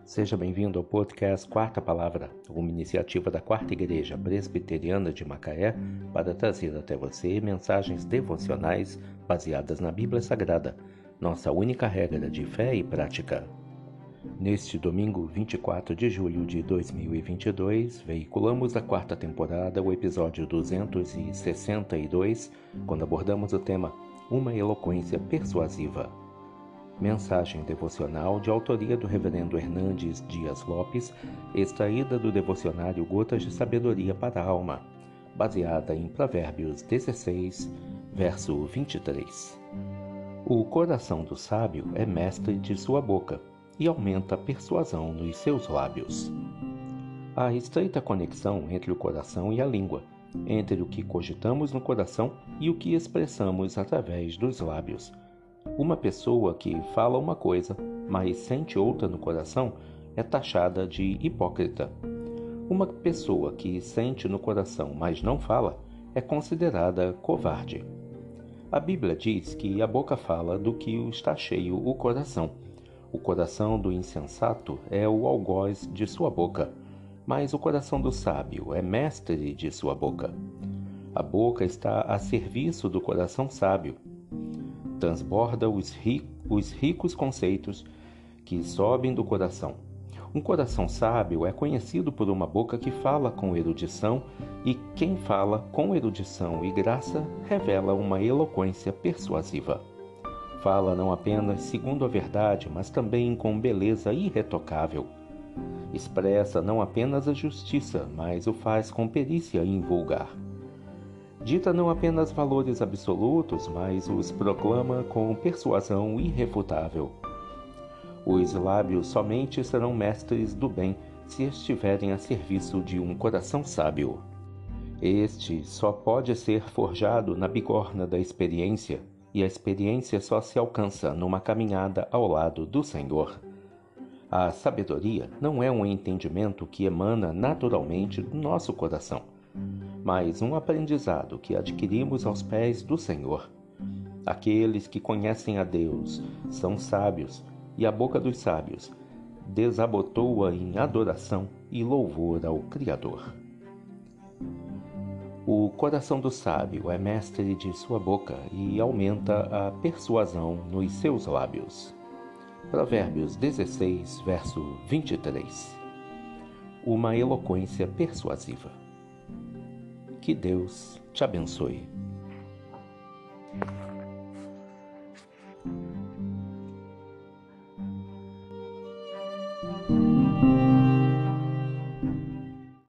Seja bem-vindo ao podcast Quarta Palavra, uma iniciativa da Quarta Igreja Presbiteriana de Macaé para trazer até você mensagens devocionais baseadas na Bíblia Sagrada, nossa única regra de fé e prática. Neste domingo, 24 de julho de 2022, veiculamos da quarta temporada o episódio 262, quando abordamos o tema Uma Eloquência Persuasiva. Mensagem devocional de autoria do reverendo Hernandes Dias Lopes, extraída do devocionário Gotas de Sabedoria para a Alma, baseada em Provérbios 16, verso 23. O coração do sábio é mestre de sua boca e aumenta a persuasão nos seus lábios. Há estreita conexão entre o coração e a língua, entre o que cogitamos no coração e o que expressamos através dos lábios. Uma pessoa que fala uma coisa, mas sente outra no coração, é taxada de hipócrita. Uma pessoa que sente no coração, mas não fala, é considerada covarde. A Bíblia diz que a boca fala do que está cheio o coração. O coração do insensato é o algoz de sua boca, mas o coração do sábio é mestre de sua boca. A boca está a serviço do coração sábio. Transborda os ricos conceitos que sobem do coração. Um coração sábio é conhecido por uma boca que fala com erudição, e quem fala com erudição e graça revela uma eloquência persuasiva. Fala não apenas segundo a verdade, mas também com beleza irretocável. Expressa não apenas a justiça, mas o faz com perícia invulgar. Dita não apenas valores absolutos, mas os proclama com persuasão irrefutável. Os lábios somente serão mestres do bem se estiverem a serviço de um coração sábio. Este só pode ser forjado na bigorna da experiência, e a experiência só se alcança numa caminhada ao lado do Senhor. A sabedoria não é um entendimento que emana naturalmente do nosso coração, mas um aprendizado que adquirimos aos pés do Senhor. Aqueles que conhecem a Deus são sábios, e a boca dos sábios desabotoa em adoração e louvor ao Criador. O coração do sábio é mestre de sua boca e aumenta a persuasão nos seus lábios. Provérbios 16, verso 23. Uma eloquência persuasiva. Que Deus te abençoe.